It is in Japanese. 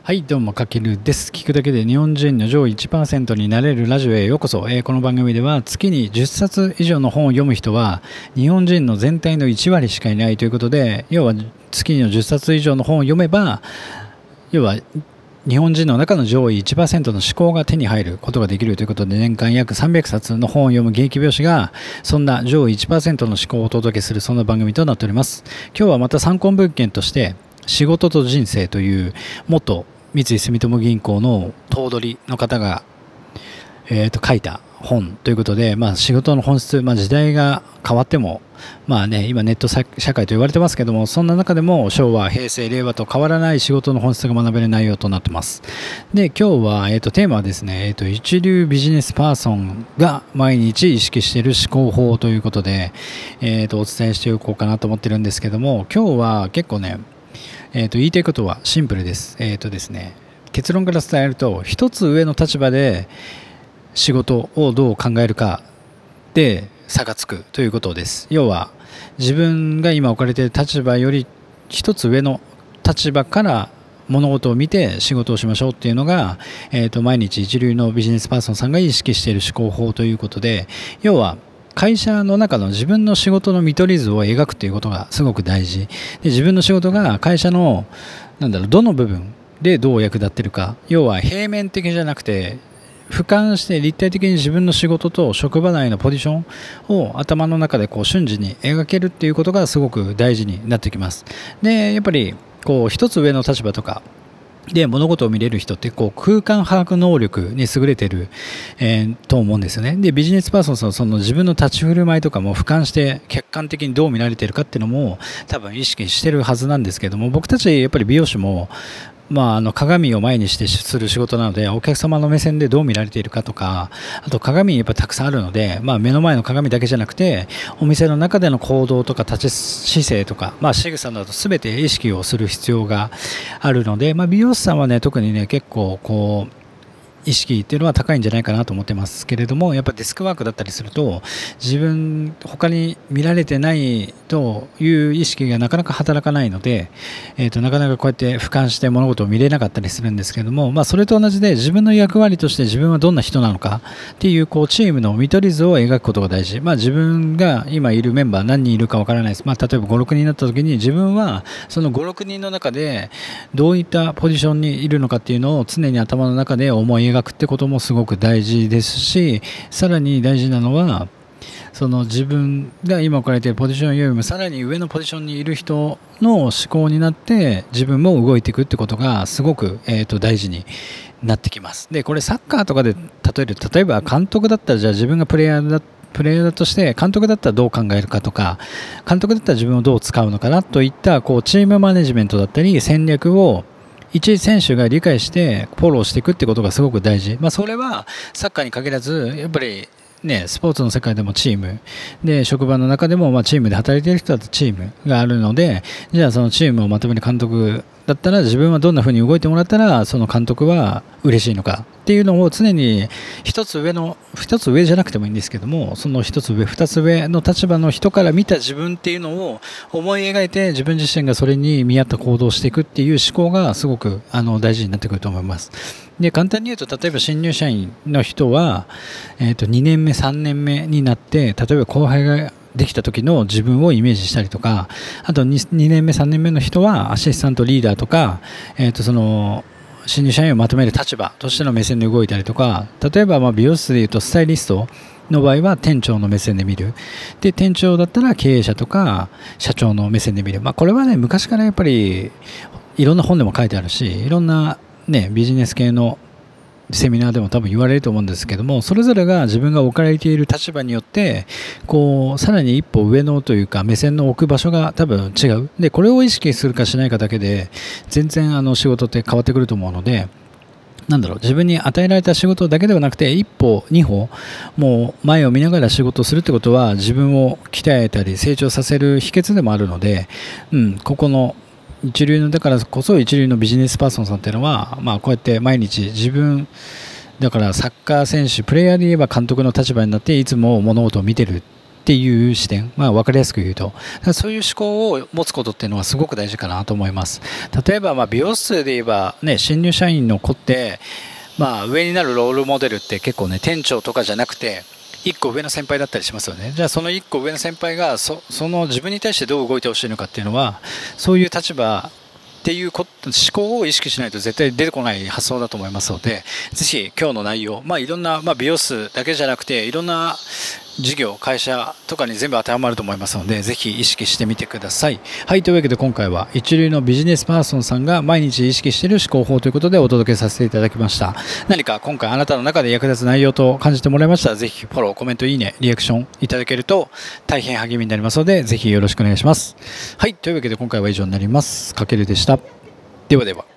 はい、どうも、かけるです。聞くだけで日本人の上位 1% になれるラジオへようこそ。この番組では月に10冊以上の本を読む人は日本人の全体の1割しかいないということで、要は月の10冊以上の本を読めば、要は日本人の中の上位 1% の思考が手に入ることができるということで、年間約300冊の本を読む現役美容師がそんな上位 1% の思考をお届けする、そんな番組となっております。今日はまた参考文献として仕事と人生という元三井住友銀行の頭取の方が、書いた本ということで、仕事の本質、時代が変わっても、今ネット社会と言われてますけども、そんな中でも昭和、平成、令和と変わらない仕事の本質が学べる内容となってます。で、今日は、テーマはですね、一流ビジネスパーソンが毎日意識している思考法ということで、お伝えしておこうかなと思ってるんですけども、今日は結構ね、言いたいことはシンプルです。ですね、結論から伝えると、一つ上の立場で仕事をどう考えるかで差がつくということです。要は自分が今置かれている立場より一つ上の立場から物事を見て仕事をしましょうっていうのが、毎日一流のビジネスパーソンさんが意識している思考法ということで、要は会社の中の自分の仕事の見取り図を描くということがすごく大事で、自分の仕事が会社のどの部分でどう役立っているか、要は平面的じゃなくて俯瞰して立体的に自分の仕事と職場内のポジションを頭の中で瞬時に描けるっていうことがすごく大事になってきます。で、やっぱり一つ上の立場とかで物事を見れる人って空間把握能力に優れている、と思うんですよね。で、ビジネスパーソンさんはその自分の立ち振る舞いとかも俯瞰して客観的にどう見られているかっていうのも多分意識してるはずなんですけども、僕たちやっぱり美容師も鏡を前にしてする仕事なので、お客様の目線でどう見られているかとか、あと鏡やっぱたくさんあるので、目の前の鏡だけじゃなくてお店の中での行動とか立ち姿勢とか、仕草など全て意識をする必要があるので、美容師さんはね、特にね、結構意識っていうのは高いんじゃないかなと思ってますけれども、やっぱデスクワークだったりすると他に見られてないという意識がなかなか働かないので、なかなかこうやって俯瞰して物事を見れなかったりするんですけれども、それと同じで自分の役割として自分はどんな人なのかっていうチームの見取り図を描くことが大事。自分が今いるメンバー何人いるかわからないです。例えば5、6人になった時に自分はその5、6人の中でどういったポジションにいるのかっていうのを常に頭の中で思い描くってこともすごく大事ですし、さらに大事なのはその自分が今置かれているポジションよりもさらに上のポジションにいる人の思考になって自分も動いていくってことがすごく、大事になってきます。で、これサッカーとかで例えば監督だったら、じゃあ自分がプレイヤーとして監督だったらどう考えるかとか、監督だったら自分をどう使うのかなといったチームマネジメントだったり戦略を一選手が理解してフォローしていくってことがすごく大事。それはサッカーに限らずやっぱりね、スポーツの世界でもチームで、職場の中でもチームで働いている人だとチームがあるので、じゃあそのチームをまとめる監督だったら自分はどんな風に動いてもらったらその監督は嬉しいのかっていうのを常に一つ上じゃなくてもいいんですけども、その一つ上二つ上の立場の人から見た自分っていうのを思い描いて、自分自身がそれに見合った行動をしていくっていう思考がすごく大事になってくると思います。で、簡単に言うと、例えば新入社員の人は、2年目3年目になって、例えば後輩ができた時の自分をイメージしたりとか、あと 2年目3年目の人はアシスタントリーダーとか、その新入社員をまとめる立場としての目線で動いたりとか、例えば美容室でいうとスタイリストの場合は店長の目線で見る。で、店長だったら経営者とか社長の目線で見る。これはね、昔からやっぱりいろんな本でも書いてあるし、いろんなね、ビジネス系のセミナーでも多分言われると思うんですけども、それぞれが自分が置かれている立場によってさらに一歩上のというか目線の置く場所が多分違う。で、これを意識するかしないかだけで全然仕事って変わってくると思うので、自分に与えられた仕事だけではなくて一歩二歩もう前を見ながら仕事をするってことは自分を鍛えたり成長させる秘訣でもあるので、ここの一流のだからこそ一流のビジネスパーソンさんっていうのは、こうやって毎日自分だからサッカー選手プレイヤーで言えば監督の立場になっていつも物事を見てるっていう視点、分かりやすく言うと、そういう思考を持つことっていうのはすごく大事かなと思います。例えば、美容室で言えば、ね、新入社員の子って、上になるロールモデルって結構ね、店長とかじゃなくて、1個上の先輩だったりしますよね。じゃあその1個上の先輩がその自分に対してどう動いてほしいのかっていうのは、そういう立場っていう思考を意識しないと絶対出てこない発想だと思いますので、ぜひ今日の内容、いろんな、美容室だけじゃなくていろんな事業、会社とかに全部当てはまると思いますので、ぜひ意識してみてください。はい、というわけで今回は一流のビジネスパーソンさんが毎日意識している思考法ということでお届けさせていただきました。何か今回あなたの中で役立つ内容と感じてもらいましたら、ぜひフォロー、コメント、いいね、リアクションいただけると大変励みになりますので、ぜひよろしくお願いします。はい、というわけで今回は以上になります。かけるでした。ではでは。